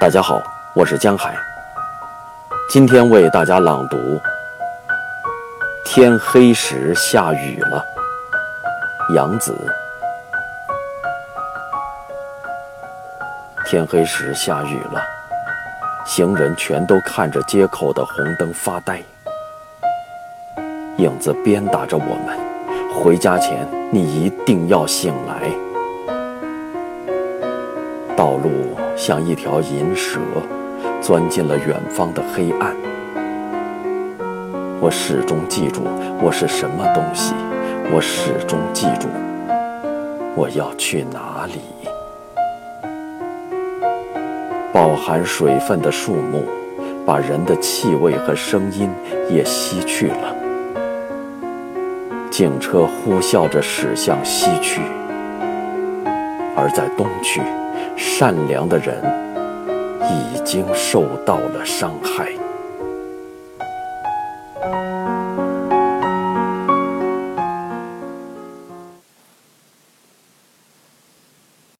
大家好，我是江海，今天为大家朗读《天黑时下雨了》，杨子。天黑时下雨了，行人全都看着街口的红灯发呆，影子鞭打着我们，回家前你一定要醒来。道路像一条银蛇，钻进了远方的黑暗。我始终记住我是什么东西，我始终记住我要去哪里。饱含水分的树木，把人的气味和声音也吸去了。警车呼啸着驶向西区，而在东区，善良的人已经受到了伤害。